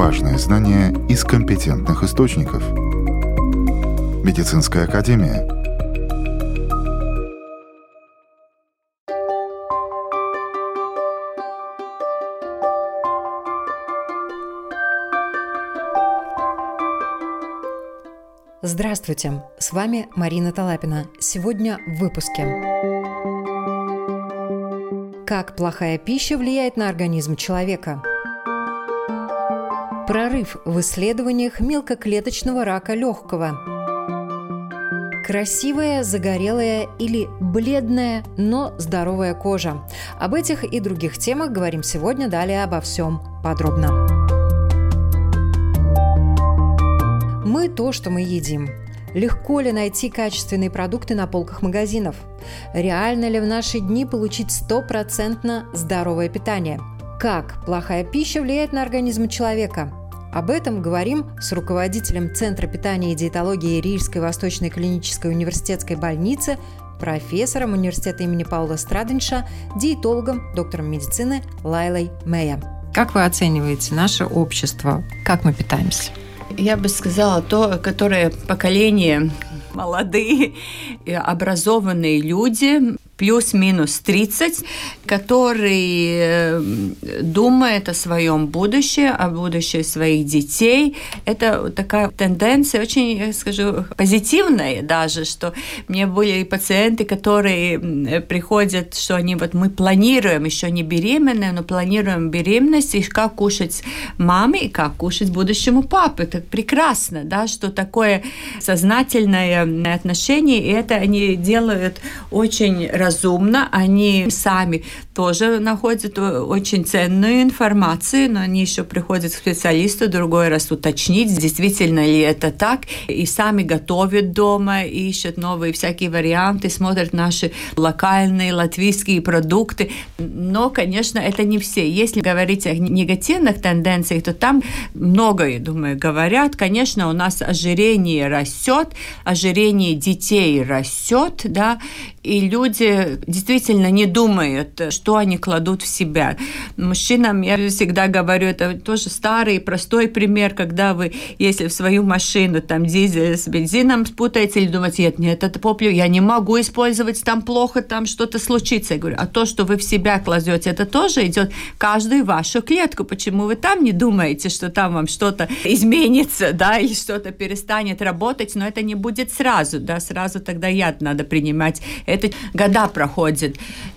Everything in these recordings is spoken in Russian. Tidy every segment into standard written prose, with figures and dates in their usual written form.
Важные знания из компетентных источников. Медицинская академия. Здравствуйте, с вами Марина Талапина. Сегодня в выпуске. Как плохая пища влияет на организм человека? Прорыв в исследованиях мелкоклеточного рака легкого. Красивая, загорелая или бледная, но здоровая кожа. Об этих и других темах говорим сегодня, далее обо всем подробно. Мы то, что мы едим. Легко ли найти качественные продукты на полках магазинов? Реально ли в наши дни получить 100% здоровое питание? Как плохая пища влияет на организм человека? Об этом говорим с руководителем Центра питания и диетологии Рижской Восточной клинической университетской больницы, профессором университета имени Паула Страденша, диетологом, доктором медицины Лайлой Мэя. Как вы оцениваете наше общество? Как мы питаемся? Я бы сказала, то, которое поколение молодые, образованные люди, плюс-минус 30, которые думают о своем будущем, о будущем своих детей. Это такая тенденция очень, я скажу, позитивная даже, что мне были пациенты, которые приходят, что они мы планируем, еще не беременные, но планируем беременность, и как кушать маме, и как кушать будущему папе. Это прекрасно, да, что такое сознательное отношение, и это они делают очень разумно, они сами тоже находят очень ценную информацию, но они еще приходят к специалисту другой раз уточнить, действительно ли это так, и сами готовят дома, ищут новые всякие варианты, смотрят наши локальные латвийские продукты. Но, конечно, это не все. Если говорить о негативных тенденциях, то там многое, думаю, говорят. Конечно, у нас ожирение растет, ожирение детей растет, да, и люди действительно не думают, что они кладут в себя. Мужчинам я всегда говорю, это тоже старый, простой пример, когда вы, если в свою машину там дизель с бензином спутаете, или думаете, нет, это топливо, я не могу использовать, там плохо, там что-то случится. Я говорю, а то, что вы в себя кладете, это тоже идет в каждую вашу клетку. Почему вы там не думаете, что там вам что-то изменится, да, или что-то перестанет работать, но это не будет сразу, да, сразу тогда яд надо принимать. Это года проходят.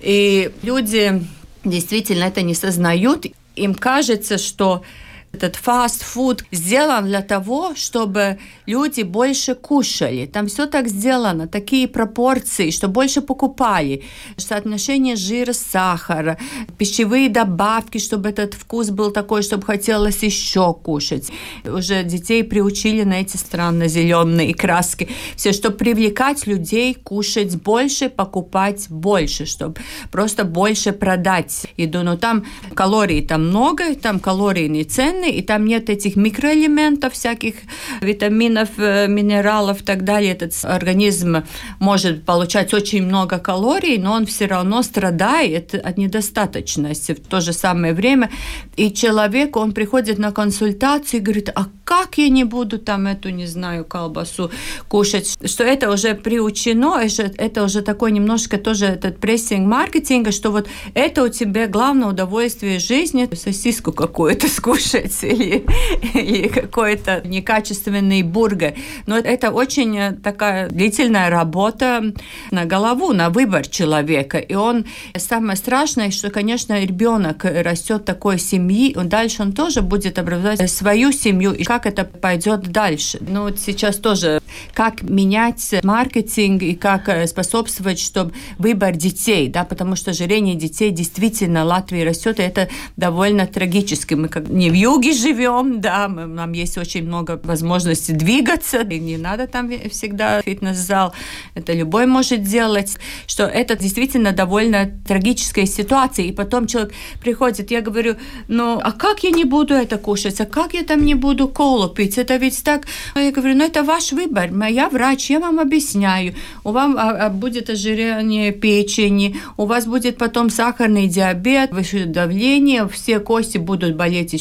И люди действительно это не сознают. Им кажется, что этот фастфуд сделан для того, чтобы люди больше кушали. Там все так сделано, такие пропорции, что больше покупали. Соотношение жира, сахара, пищевые добавки, чтобы этот вкус был такой, чтобы хотелось еще кушать. Уже детей приучили на эти странные зеленые краски. Все, чтобы привлекать людей кушать больше, покупать больше, чтобы просто больше продать еду. Но там калорий там много, там калории не ценные, и там нет этих микроэлементов, всяких витаминов, минералов и так далее. Этот организм может получать очень много калорий, но он все равно страдает от недостаточности в то же самое время. И человек, он приходит на консультацию и говорит, а как я не буду там эту, не знаю, колбасу кушать? Что это уже приучено, это уже такой немножко тоже этот прессинг маркетинга, что вот это у тебя главное удовольствие жизни, сосиску какую-то скушать или какой-то некачественный бургер. Но это очень такая длительная работа на голову, на выбор человека. И самое страшное, что, конечно, ребенок растет в такой семьи, и дальше он тоже будет образовать свою семью, и как это пойдет дальше. Ну, вот сейчас тоже, как менять маркетинг и как способствовать, чтобы выбор детей, да, потому что ожирение детей действительно в Латвии растет, и это довольно трагически. Мы как не в юге живем, да, нам есть очень много возможностей двигаться, и не надо там всегда фитнес-зал, это любой может делать, что это действительно довольно трагическая ситуация, и потом человек приходит, я говорю, ну, а как я не буду это кушать, а как я там не буду колу пить, это ведь так, я говорю, ну, это ваш выбор, я врач, я вам объясняю, у вас будет ожирение печени, у вас будет потом сахарный диабет, выше давление, все кости будут болеть еще больше,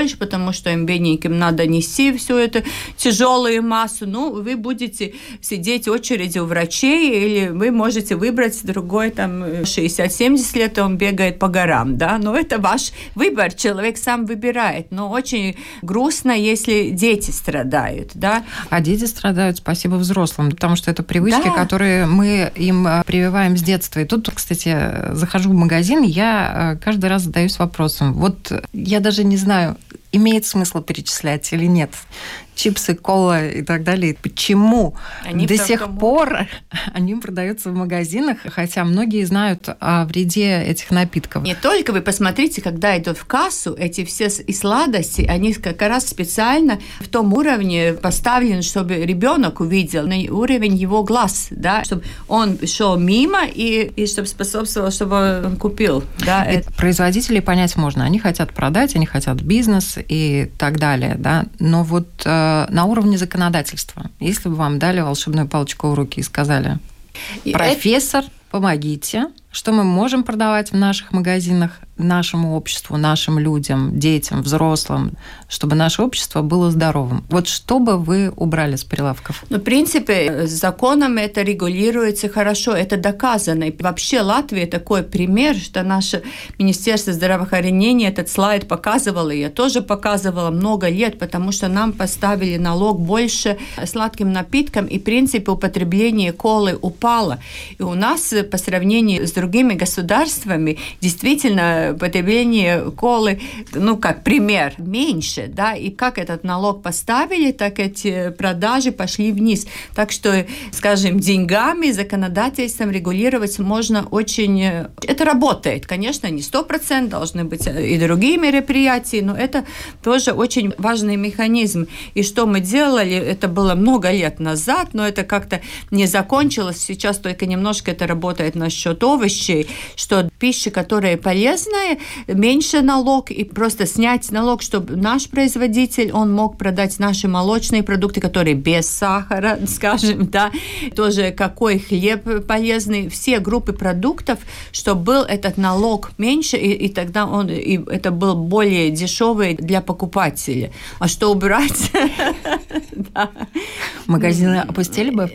меньше, потому что им, бедненьким, надо нести всю эту тяжелую массу. Ну, вы будете сидеть в очереди у врачей, или вы можете выбрать другой, там, 60-70 лет, он бегает по горам, да, но это ваш выбор, человек сам выбирает. Но очень грустно, если дети страдают, да. А дети страдают, спасибо взрослым, потому что это привычки, которые мы им прививаем с детства. И тут, кстати, захожу в магазин, я каждый раз задаюсь вопросом. Вот я даже не знаю, имеет смысл перечислять или нет. Чипсы, кола и так далее. Почему до сих пор они продаются в магазинах, хотя многие знают о вреде этих напитков? Не только вы посмотрите, когда идут в кассу, эти все и сладости, они как раз специально в том уровне поставлены, чтобы ребенок увидел на уровень его глаз, да, чтобы он шел мимо и чтобы способствовал, чтобы он купил. Да, производителей понять можно. Они хотят продать, они хотят бизнес и так далее, да. Но вот на уровне законодательства, если бы вам дали волшебную палочку в руки и сказали: профессор, помогите, что мы можем продавать в наших магазинах нашему обществу, нашим людям, детям, взрослым, чтобы наше общество было здоровым. Вот что бы вы убрали с прилавков? Ну, в принципе, законом это регулируется хорошо, это доказано. И вообще Латвия такой пример, что наше Министерство здравоохранения этот слайд показывало, и я тоже показывала много лет, потому что нам поставили налог больше сладким напиткам, и в принципе употребление колы упало. И у нас по сравнению с другими государствами действительно потребление колы, ну, как пример, меньше, да, и как этот налог поставили, так эти продажи пошли вниз. Так что, скажем, деньгами, законодательством регулировать можно очень... Это работает, конечно, не 100%, должны быть и другие мероприятия, но это тоже очень важный механизм. И что мы делали, это было много лет назад, но это как-то не закончилось, сейчас только немножко это работает насчет овощей, что пища, которая полезная, меньше налог, и просто снять налог, чтобы наш производитель, он мог продать наши молочные продукты, которые без сахара, скажем, да, тоже какой хлеб полезный, все группы продуктов, чтобы был этот налог меньше, и тогда это был более дешевый для покупателя. А что убрать? Магазины опустили бы?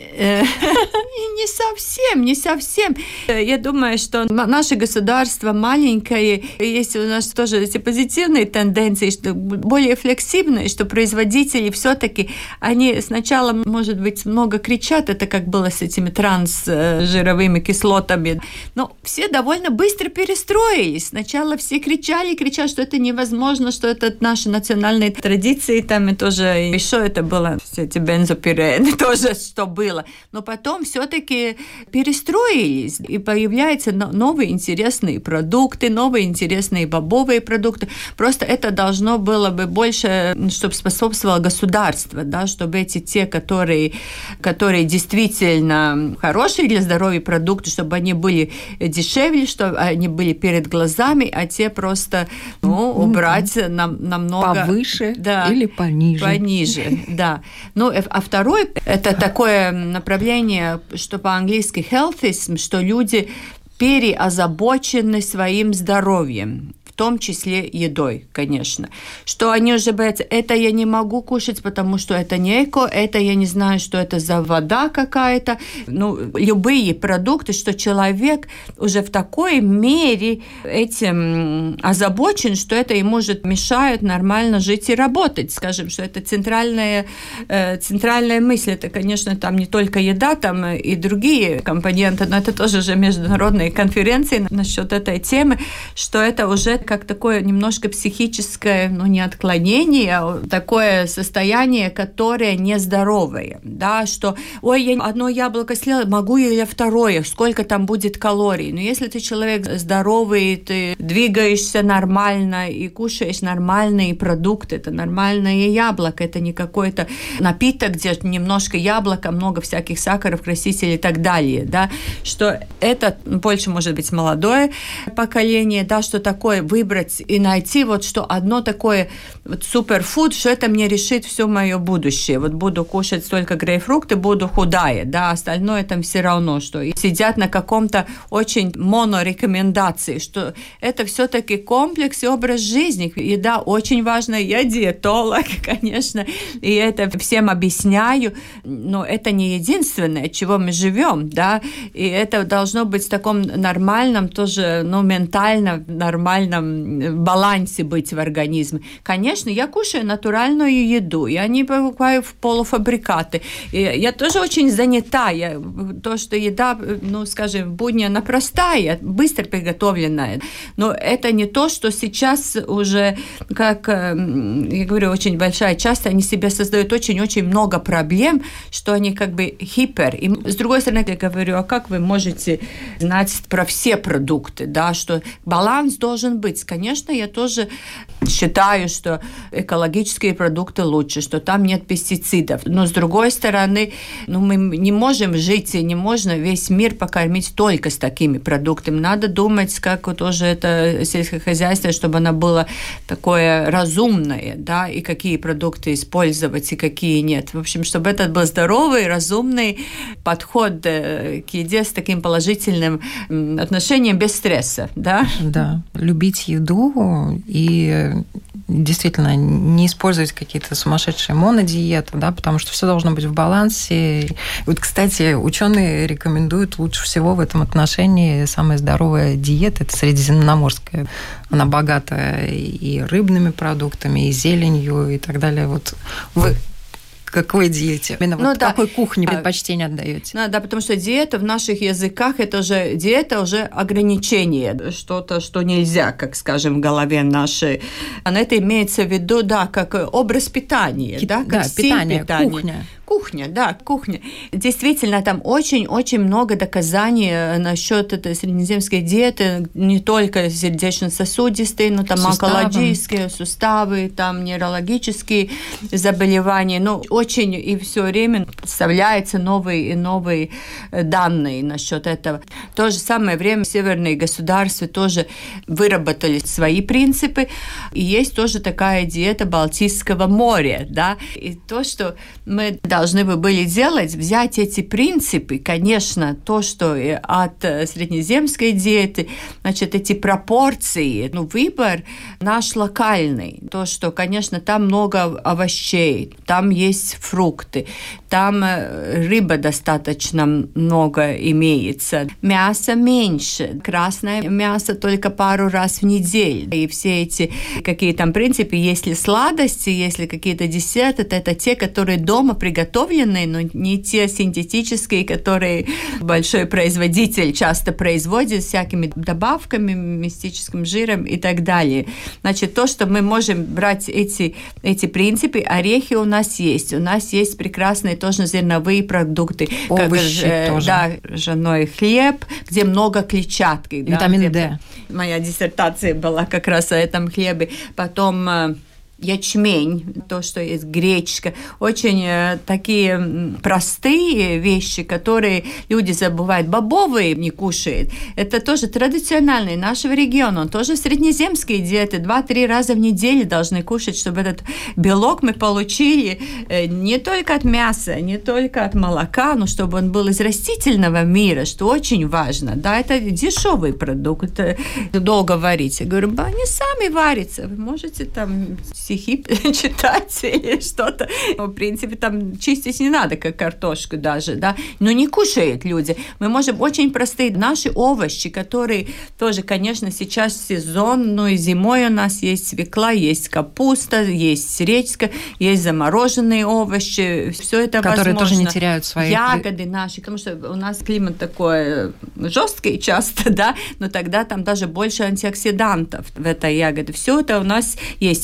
Не совсем. Я думаю, что наше государство маленькое, есть у нас тоже эти позитивные тенденции, что более флексибные, что производители все-таки, они сначала, может быть, много кричат, это как было с этими трансжировыми кислотами, но все довольно быстро перестроились. Сначала все кричат, что это невозможно, что это наши национальные традиции, там и тоже еще это было, все эти бензопирены, тоже что было. Но потом все-таки перестроились, и появляются новые интересные продукты, новые интересные бобовые продукты. Просто это должно было бы больше, чтобы способствовало государство, да, чтобы те, которые действительно хорошие для здоровья продукты, чтобы они были дешевле, чтобы они были перед глазами, а те просто убрать намного... Повыше, да, или пониже. Пониже, да. Ну, а второе, это такое направление, что по-английски healthism, что люди переозабочены своим здоровьем, в том числе едой, конечно. Что они уже боятся, это я не могу кушать, потому что это не эко, это я не знаю, что это за вода какая-то. Ну, любые продукты, что человек уже в такой мере этим озабочен, что это ему уже мешает нормально жить и работать. Скажем, что это центральная мысль. Это, конечно, там не только еда, там и другие компоненты, но это тоже уже международные конференции насчет этой темы, что это уже как такое немножко психическое, не отклонение, а такое состояние, которое нездоровое, да, что, ой, я одно яблоко съела, могу ли я второе, сколько там будет калорий. Но если ты человек здоровый, ты двигаешься нормально и кушаешь нормальные продукты, это нормальное яблоко, это не какой-то напиток, где немножко яблока, много всяких сахаров, красителей и так далее, да, что это больше может быть молодое поколение, да, что такое выбрать и найти вот что одно такое вот суперфуд, что это мне решит все мое будущее. Вот буду кушать только грейпфрукты, буду худая, да, остальное там все равно, что и сидят на каком-то очень монорекомендации, что это все-таки комплекс и образ жизни. Еда очень важна, я диетолог, конечно, и это всем объясняю, но это не единственное, от чего мы живем, да, и это должно быть в таком нормальном тоже, ментально нормальном балансе быть в организме. Конечно, я кушаю натуральную еду, я не покупаю полуфабрикаты. И я тоже очень занята. То, что еда, скажем, в будни она простая, быстро приготовленная. Но это не то, что сейчас уже, как я говорю, очень большая часть, они себе создают очень-очень много проблем, что они как бы хипер. И с другой стороны, я говорю, а как вы можете знать про все продукты, да, что баланс должен быть. Конечно, я тоже считаю, что экологические продукты лучше, что там нет пестицидов. Но с другой стороны, мы не можем жить, и не можно весь мир покормить только с такими продуктами. Надо думать, как тоже это сельское хозяйство, чтобы оно было такое разумное, да, и какие продукты использовать, и какие нет. В общем, чтобы это был здоровый, разумный подход к еде с таким положительным отношением без стресса, да? Да, любить еду и действительно не использовать какие-то сумасшедшие монодиеты, да, потому что все должно быть в балансе. Вот, кстати, ученые рекомендуют лучше всего в этом отношении самая здоровая диета – это средиземноморская. Она богата и рыбными продуктами, и зеленью, и так далее. Вот вы какой диете? Именно какой кухне предпочтение отдаете? Да, потому что диета в наших языках – это же диета, уже ограничение, что-то, что нельзя, как, скажем, в голове нашей. А это имеется в виду, да, как образ питания, да, как стиль питания, питания. Кухня. Действительно, там очень-очень много доказаний насчет этой среднеземской диеты, не только сердечно-сосудистые, но там онкологические, суставы, там нейрологические заболевания. Очень и все время представляются новые и новые данные насчет этого. В то же самое время северные государства тоже выработали свои принципы, и есть тоже такая диета Балтийского моря, да, и то, что мы должны бы были делать, взять эти принципы, конечно, то, что от среднеземской диеты, значит, эти пропорции, выбор наш локальный, то, что, конечно, там много овощей, там есть фрукты, там рыба достаточно много имеется, мясо меньше, красное мясо только пару раз в неделю, и все эти какие там принципы, если сладости, если какие-то десерты, это те, которые дома приготовленные, но не те синтетические, которые большой производитель часто производит всякими добавками, мистическим жиром и так далее. Значит, то, что мы можем брать эти принципы, орехи у нас есть прекрасные тоже зерновые продукты. Овощи тоже. Да, ржаной хлеб, где много клетчатки. Витамин D. Моя диссертация была как раз о этом хлебе. Потом ячмень, то, что есть гречка. Очень такие простые вещи, которые люди забывают. Бобовые не кушают. Это тоже традициональные нашего региона. Он тоже среднеземские диеты. 2-3 раза в неделю должны кушать, чтобы этот белок мы получили не только от мяса, не только от молока, но чтобы он был из растительного мира, что очень важно. Да, это дешевый продукт. Долго варить. Я говорю, они сами варятся. Вы можете там стихи читать или что-то. В принципе, там чистить не надо, как картошку даже, да. Но не кушают люди. Мы можем очень простые наши овощи, которые тоже, конечно, сейчас сезон, но и зимой у нас есть свекла, есть капуста, есть редька, есть замороженные овощи. Все это которые возможно. Тоже не теряют свои... Ягоды наши, потому что у нас климат такой жесткий часто, да, но тогда там даже больше антиоксидантов в этой ягоде. Все это у нас есть. Орехи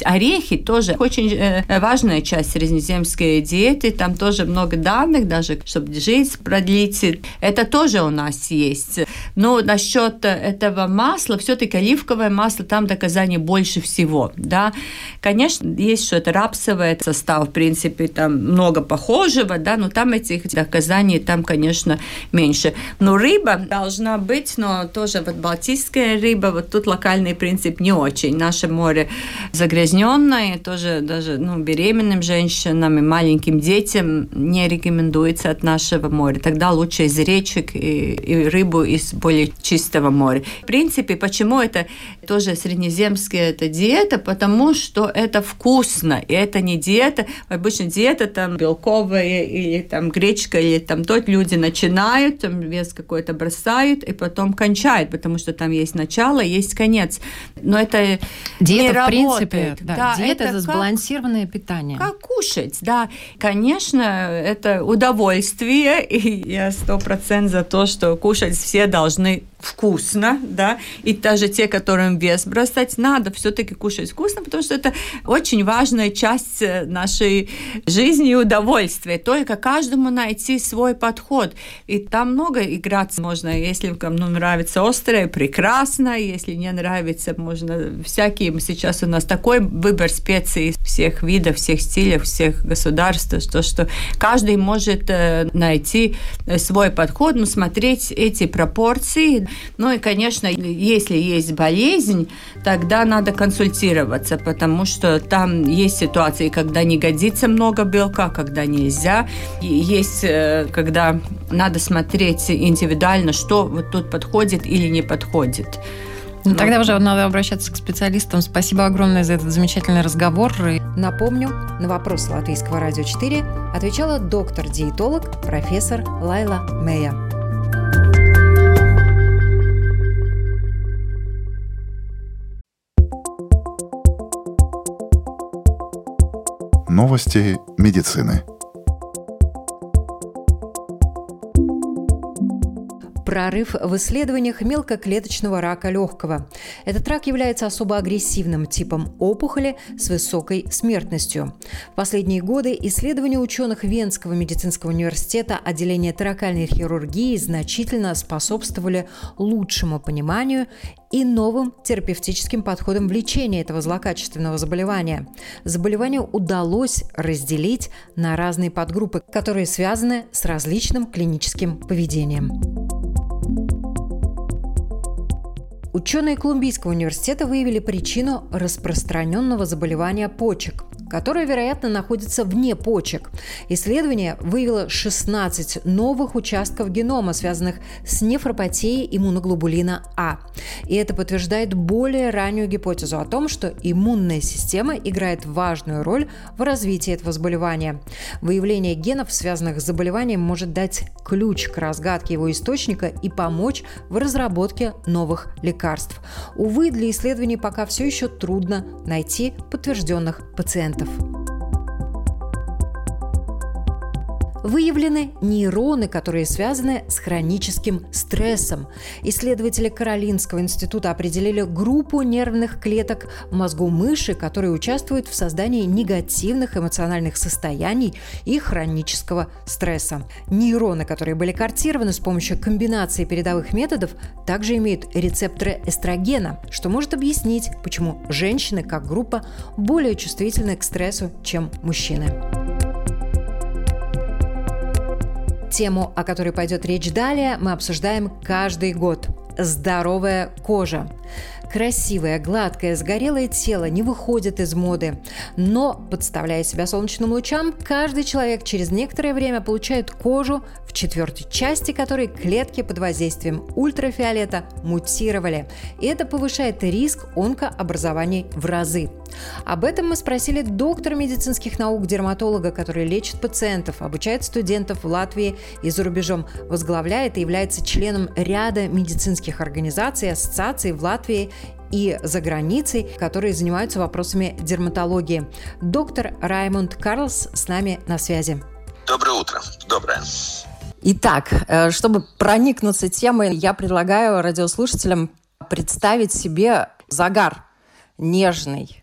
орехи тоже очень важная часть среднеземской диеты. Там тоже много данных, даже чтобы жизнь продлить. Это тоже у нас есть. Но насчет этого масла, все-таки оливковое масло, там доказаний больше всего. Да? Конечно, есть что-то рапсовое состав, в принципе, там много похожего, да, но там этих доказаний, там, конечно, меньше. Но рыба должна быть, но тоже вот балтийская рыба, вот тут локальный принцип не очень. Наше море загрязненное, тоже даже беременным женщинам и маленьким детям не рекомендуется от нашего моря. Тогда лучше из речек и рыбу из более чистого моря. В принципе, почему это тоже среднеземская эта диета? Потому что это вкусно, и это не диета. Обычно диета там белковая или там гречка, или там тот люди начинают, там вес какой-то бросают, и потом кончают, потому что там есть начало, есть конец. Но это диета, не в работает. Принципе, да, диета – это сбалансированное питание. Как кушать, да. Конечно, это удовольствие, и я 100% за то, что кушать все должны вкусно, да, и даже те, которым вес бросать, надо все-таки кушать вкусно, потому что это очень важная часть нашей жизни и удовольствия. Только каждому найти свой подход. И там много играть можно. Если кому нравится острое, прекрасно. Если не нравится, можно всякие. Сейчас у нас такой выбор специй всех видов, всех стилей, всех государств, что каждый может найти свой подход, но смотреть эти пропорции. Ну и, конечно, если есть болезнь, тогда надо консультироваться, потому что там есть ситуации, когда не годится много белка, когда нельзя. И есть, когда надо смотреть индивидуально, что вот тут подходит или не подходит. Тогда уже надо обращаться к специалистам. Спасибо огромное за этот замечательный разговор. Напомню, на вопрос Латвийского радио 4 отвечала доктор-диетолог, профессор Лайла Мея. Новости медицины. Прорыв в исследованиях мелкоклеточного рака легкого. Этот рак является особо агрессивным типом опухоли с высокой смертностью. В последние годы исследования ученых Венского медицинского университета отделения торакальной хирургии значительно способствовали лучшему пониманию и новым терапевтическим подходам в лечении этого злокачественного заболевания. Заболевание удалось разделить на разные подгруппы, которые связаны с различным клиническим поведением. Ученые Колумбийского университета выявили причину распространенного заболевания почек, которое, вероятно, находится вне почек. Исследование выявило 16 новых участков генома, связанных с нефропатией иммуноглобулина А. И это подтверждает более раннюю гипотезу о том, что иммунная система играет важную роль в развитии этого заболевания. Выявление генов, связанных с заболеванием, может дать ключ к разгадке его источника и помочь в разработке новых лекарств. Увы, для исследований пока все еще трудно найти подтвержденных пациентов. Выявлены нейроны, которые связаны с хроническим стрессом. Исследователи Каролинского института определили группу нервных клеток в мозгу мыши, которые участвуют в создании негативных эмоциональных состояний и хронического стресса. Нейроны, которые были картированы с помощью комбинации передовых методов, также имеют рецепторы эстрогена, что может объяснить, почему женщины как группа более чувствительны к стрессу, чем мужчины. Тему, о которой пойдет речь далее, мы обсуждаем каждый год. Здоровая кожа. Красивое, гладкое, загорелое тело не выходит из моды. Но, подставляя себя солнечным лучам, каждый человек через некоторое время получает кожу, в четвертой части которой клетки под воздействием ультрафиолета мутировали. И это повышает риск онкообразований в разы. Об этом мы спросили доктора медицинских наук, дерматолога, который лечит пациентов, обучает студентов в Латвии и за рубежом, возглавляет и является членом ряда медицинских организаций, ассоциаций в Латвии и за границей, которые занимаются вопросами дерматологии. Доктор Раймонд Карлс с нами на связи. Доброе утро. Доброе. Итак, чтобы проникнуться темой, я предлагаю радиослушателям представить себе загар нежный,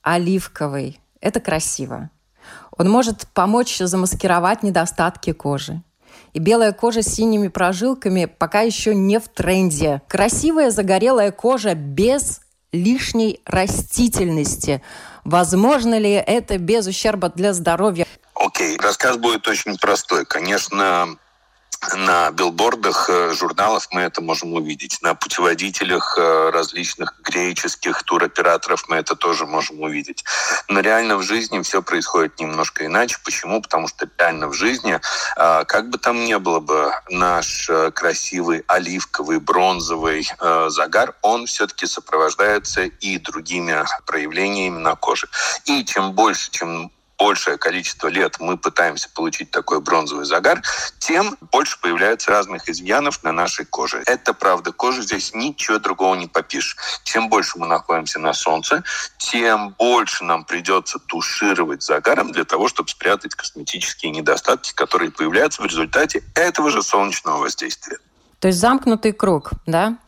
оливковый. Это красиво. Он может помочь замаскировать недостатки кожи. И белая кожа с синими прожилками пока еще не в тренде. Красивая загорелая кожа без лишней растительности. Возможно ли это без ущерба для здоровья? Окей, рассказ будет очень простой. Конечно, на билбордах журналов мы это можем увидеть. На путеводителях различных греческих туроператоров мы это тоже можем увидеть. Но реально в жизни все происходит немножко иначе. Почему? Потому что реально в жизни, как бы там ни было бы наш красивый оливковый, бронзовый загар, он все-таки сопровождается и другими проявлениями на коже. И чем большее количество лет мы пытаемся получить такой бронзовый загар, тем больше появляется разных изъянов на нашей коже. Это правда. Кожа здесь ничего другого не попишешь. Чем больше мы находимся на солнце, тем больше нам придется тушировать загаром для того, чтобы спрятать косметические недостатки, которые появляются в результате этого же солнечного воздействия. То есть замкнутый круг, да?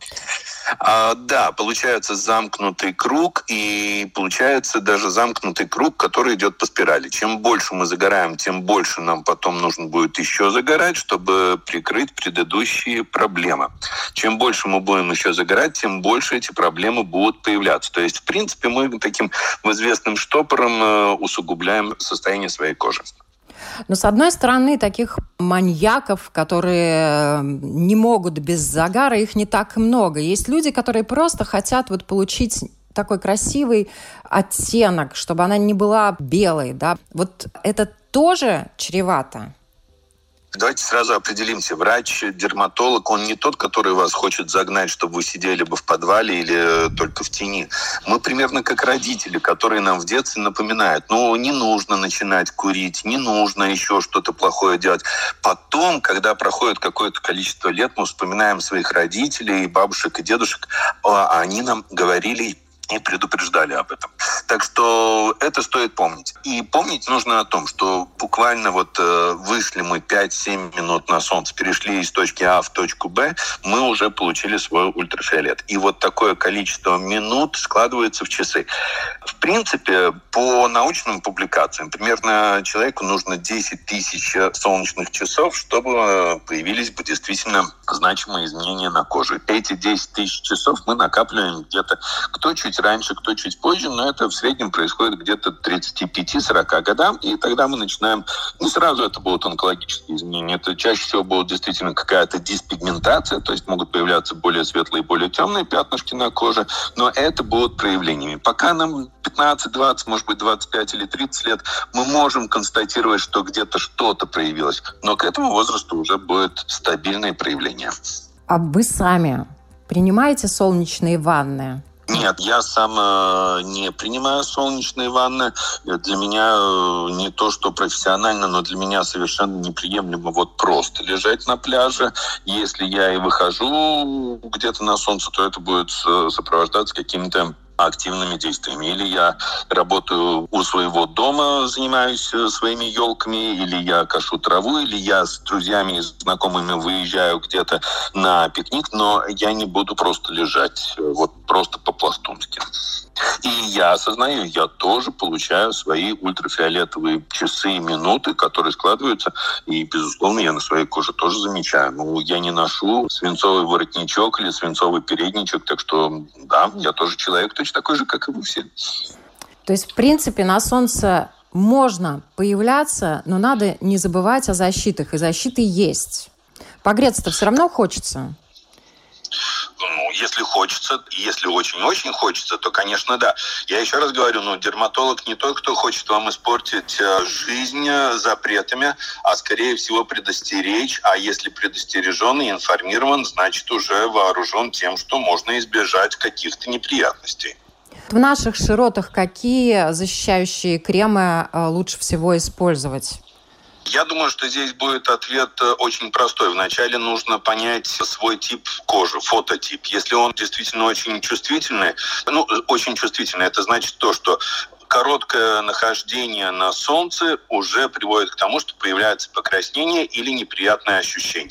Да, получается замкнутый круг, и получается даже замкнутый круг, который идет по спирали. Чем больше мы загораем, тем больше нам потом нужно будет еще загорать, чтобы прикрыть предыдущие проблемы. Чем больше мы будем еще загорать, тем больше эти проблемы будут появляться. То есть, в принципе, мы таким известным штопором усугубляем состояние своей кожи. Но, с одной стороны, таких маньяков, которые не могут без загара, их не так много. Есть люди, которые просто хотят получить такой красивый оттенок, чтобы она не была белой. Да? Вот это тоже чревато? Давайте сразу определимся. Врач-дерматолог, он не тот, который вас хочет загнать, чтобы вы сидели бы в подвале или только в тени. Мы примерно как родители, которые нам в детстве напоминают, не нужно начинать курить, не нужно еще что-то плохое делать. Потом, когда проходит какое-то количество лет, мы вспоминаем своих родителей, бабушек и дедушек, они нам говорили и предупреждали об этом. Так что это стоит помнить. И помнить нужно о том, что буквально вышли мы 5-7 минут на солнце, перешли из точки А в точку Б, мы уже получили свой ультрафиолет. И такое количество минут складывается в часы. В принципе, по научным публикациям, примерно человеку нужно 10 тысяч солнечных часов, чтобы появились бы действительно значимые изменения на коже. Эти 10 тысяч часов мы накапливаем где-то, кто чуть раньше, кто чуть позже, но это в среднем происходит где-то 35-40 годам, и тогда мы начинаем, не сразу это будут онкологические изменения, это чаще всего будет действительно какая-то диспигментация, то есть могут появляться более светлые, более темные пятнышки на коже, но это будут проявлениями. Пока нам 15, 20, может быть 25 или 30 лет, мы можем констатировать, что где-то что-то проявилось, но к этому возрасту уже будет стабильное проявление. А вы сами принимаете солнечные ванны? Нет, я сам не принимаю солнечные ванны. Для меня не то, что профессионально, но для меня совершенно неприемлемо просто лежать на пляже. Если я и выхожу где-то на солнце, то это будет сопровождаться какими-то активными действиями. Или я работаю у своего дома, занимаюсь своими елками, или я кашу траву, или я с друзьями и знакомыми выезжаю где-то на пикник, но я не буду просто лежать просто по-пластунски. И я осознаю, я тоже получаю свои ультрафиолетовые часы и минуты, которые складываются, и, безусловно, я на своей коже тоже замечаю. Я не ношу свинцовый воротничок или свинцовый передничок, так что, да, я тоже человек точно такой же, как и вы все. То есть, в принципе, на солнце можно появляться, но надо не забывать о защитах, и защиты есть. Погреться-то все равно хочется. Если хочется, если очень-очень хочется, то, конечно, да. Я еще раз говорю, дерматолог не тот, кто хочет вам испортить жизнь запретами, а, скорее всего, предостеречь. А если предостережен и информирован, значит, уже вооружен тем, что можно избежать каких-то неприятностей. В наших широтах какие защищающие кремы лучше всего использовать? Я думаю, что здесь будет ответ очень простой. Вначале нужно понять свой тип кожи, фототип. Если он действительно очень чувствительный, это значит то, что короткое нахождение на солнце уже приводит к тому, что появляется покраснение или неприятное ощущение.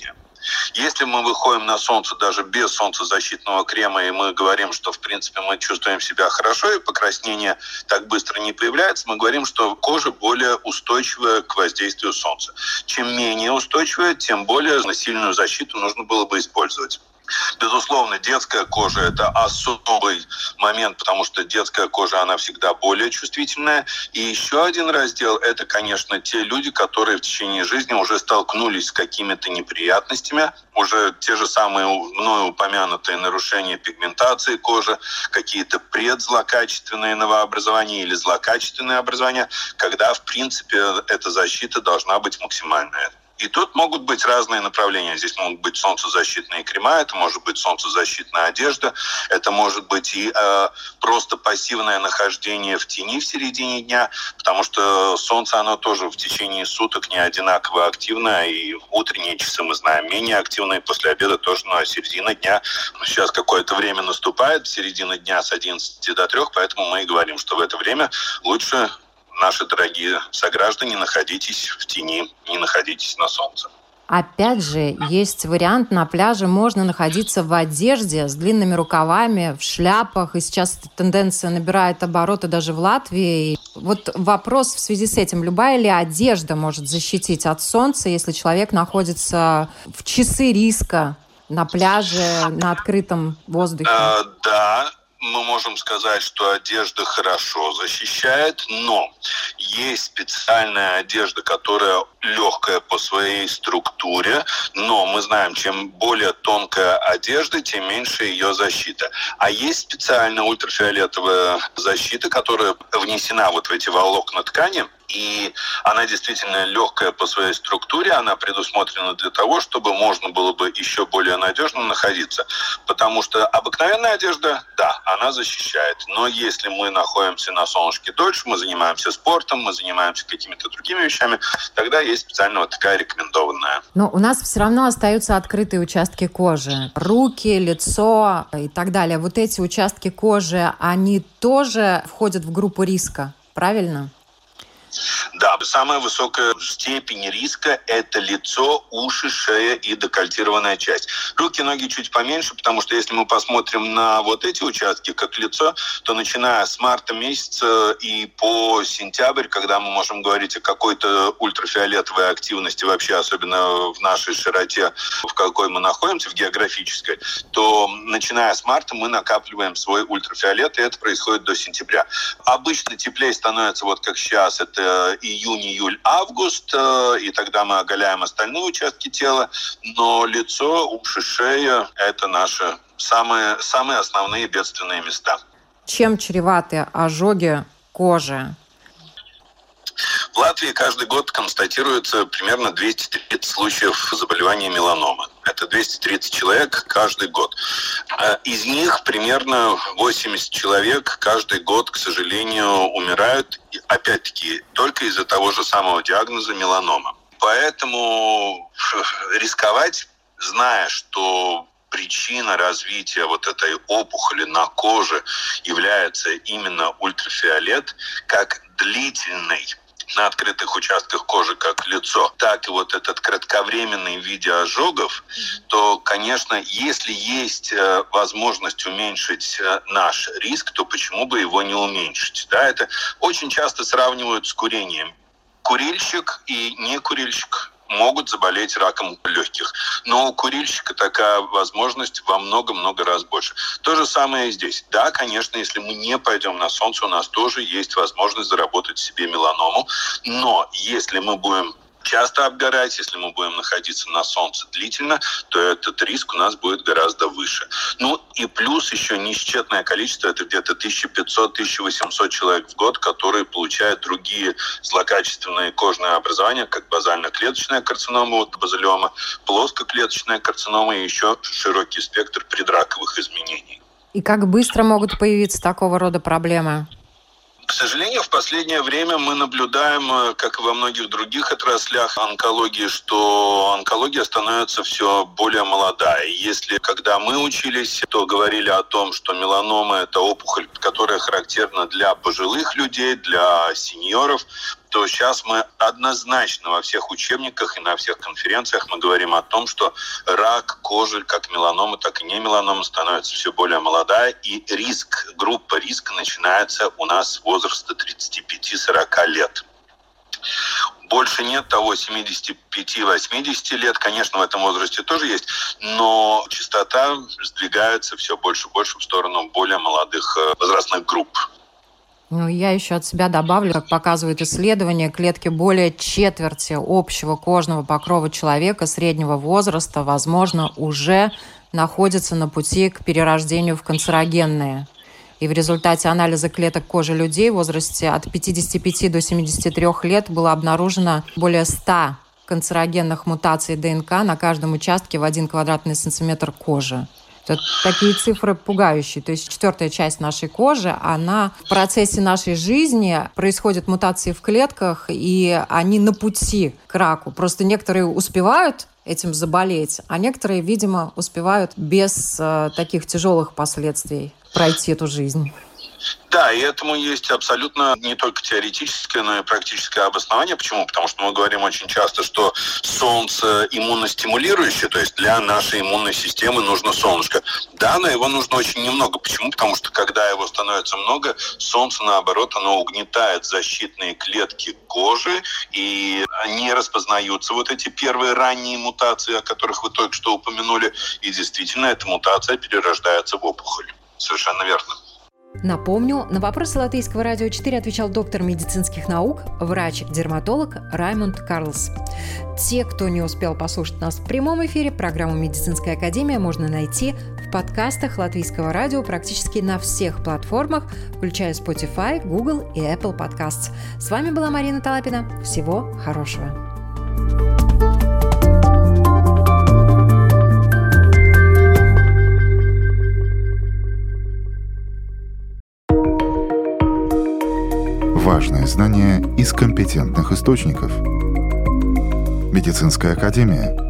Если мы выходим на солнце даже без солнцезащитного крема, и мы говорим, что, в принципе, мы чувствуем себя хорошо, и покраснение так быстро не появляется, мы говорим, что кожа более устойчивая к воздействию солнца. Чем менее устойчивая, тем более сильную защиту нужно было бы использовать. Безусловно, детская кожа – это особый момент, потому что детская кожа, она всегда более чувствительная. И еще один раздел – это, конечно, те люди, которые в течение жизни уже столкнулись с какими-то неприятностями, уже те же самые мною упомянутые нарушения пигментации кожи, какие-то предзлокачественные новообразования или злокачественные образования, когда, в принципе, эта защита должна быть максимальная. И тут могут быть разные направления. Здесь могут быть солнцезащитные крема, это может быть солнцезащитная одежда, это может быть и просто пассивное нахождение в тени в середине дня, потому что солнце, оно тоже в течение суток не одинаково активное, и утренние часы, мы знаем, менее активные, после обеда тоже, но середина дня. Сейчас какое-то время наступает, середина дня с 11 до 3, поэтому мы и говорим, что в это время лучше... Наши дорогие сограждане, находитесь в тени, не находитесь на солнце. Опять же, есть вариант, на пляже можно находиться в одежде с длинными рукавами, в шляпах, и сейчас эта тенденция набирает обороты даже в Латвии. Вот вопрос в связи с этим, любая ли одежда может защитить от солнца, если человек находится в часы риска на пляже, на открытом воздухе? Да. Мы можем сказать, что одежда хорошо защищает, но есть специальная одежда, которая легкая по своей структуре, но мы знаем, чем более тонкая одежда, тем меньше ее защита. А есть специальная ультрафиолетовая защита, которая внесена вот в эти волокна ткани, и она действительно легкая по своей структуре, она предусмотрена для того, чтобы можно было бы еще более надежно находиться. Потому что обыкновенная одежда, да, она защищает. Но если мы находимся на солнышке дольше, мы занимаемся спортом, мы занимаемся какими-то другими вещами, тогда есть специально вот такая рекомендованная. Но у нас все равно остаются открытые участки кожи. Руки, лицо и так далее. Вот эти участки кожи, они тоже входят в группу риска, правильно? Да, самая высокая степень риска – это лицо, уши, шея и декольтированная часть. Руки, ноги чуть поменьше, потому что если мы посмотрим на вот эти участки, как лицо, то начиная с марта месяца и по сентябрь, когда мы можем говорить о какой-то ультрафиолетовой активности вообще, особенно в нашей широте, в какой мы находимся, в географической, то начиная с марта мы накапливаем свой ультрафиолет, и это происходит до сентября. Обычно теплее становится, вот как сейчас, это июнь, июль, август, и тогда мы оголяем остальные участки тела, но лицо, уши, шея – это наши самые основные бедственные места. Чем чреваты ожоги кожи? В Латвии каждый год констатируется примерно 230 случаев заболевания меланомы. Это 230 человек каждый год. Из них примерно 80 человек каждый год, к сожалению, умирают, опять-таки, только из-за того же самого диагноза меланома. Поэтому рисковать, зная, что причина развития вот этой опухоли на коже является именно ультрафиолет, как длительный на открытых участках кожи, как лицо, так и вот этот кратковременный в виде ожогов, то, конечно, если есть возможность уменьшить наш риск, то почему бы его не уменьшить? Да, это очень часто сравнивают с курением. Курильщик и некурильщик могут заболеть раком легких. Но у курильщика такая возможность во много-много раз больше. То же самое и здесь. Да, конечно, если мы не пойдем на солнце, у нас тоже есть возможность заработать себе меланому. Но если мы будем часто обгорать, если мы будем находиться на солнце длительно, то этот риск у нас будет гораздо выше. Ну и плюс еще несчетное количество, это где-то 1500-1800 человек в год, которые получают другие злокачественные кожные образования, как базально-клеточная карцинома, вот базилиома, плоскоклеточная карцинома и еще широкий спектр предраковых изменений. И как быстро могут появиться такого рода проблемы? К сожалению, в последнее время мы наблюдаем, как и во многих других отраслях онкологии, что онкология становится все более молодая. И если, когда мы учились, то говорили о том, что меланома – это опухоль, которая характерна для пожилых людей, для сеньоров, то сейчас мы однозначно во всех учебниках и на всех конференциях мы говорим о том, что рак кожи, как меланома, так и не меланома, становится все более молодая, и группа риска начинается у нас с возраста 35-40 лет. Больше нет того 75-80 лет, конечно, в этом возрасте тоже есть, но частота сдвигается все больше и больше в сторону более молодых возрастных групп. Ну, я еще от себя добавлю, как показывают исследования, клетки более четверти общего кожного покрова человека среднего возраста, возможно, уже находятся на пути к перерождению в канцерогенные. И в результате анализа клеток кожи людей в возрасте от 55 до 73 лет было обнаружено более 100 канцерогенных мутаций ДНК на каждом участке в 1 квадратный сантиметр кожи. Это такие цифры пугающие. То есть 4-я часть нашей кожи, она в процессе нашей жизни происходят мутации в клетках, и они на пути к раку. Просто некоторые успевают этим заболеть, а некоторые, видимо, успевают без таких тяжелых последствий пройти эту жизнь. Да, и этому есть абсолютно не только теоретическое, но и практическое обоснование. Почему? Потому что мы говорим очень часто, что солнце иммуностимулирующее, то есть для нашей иммунной системы нужно солнышко. Да, но его нужно очень немного. Почему? Потому что когда его становится много, солнце, наоборот, оно угнетает защитные клетки кожи, и не распознаются вот эти первые ранние мутации, о которых вы только что упомянули, и действительно эта мутация перерождается в опухоль. Совершенно верно. Напомню, на вопросы Латвийского радио 4 отвечал доктор медицинских наук, врач-дерматолог Раймунд Карлс. Те, кто не успел послушать нас в прямом эфире, программу «Медицинская академия» можно найти в подкастах Латвийского радио практически на всех платформах, включая Spotify, Google и Apple Podcasts. С вами была Марина Талапина. Всего хорошего. Важные знания из компетентных источников. Медицинская академия.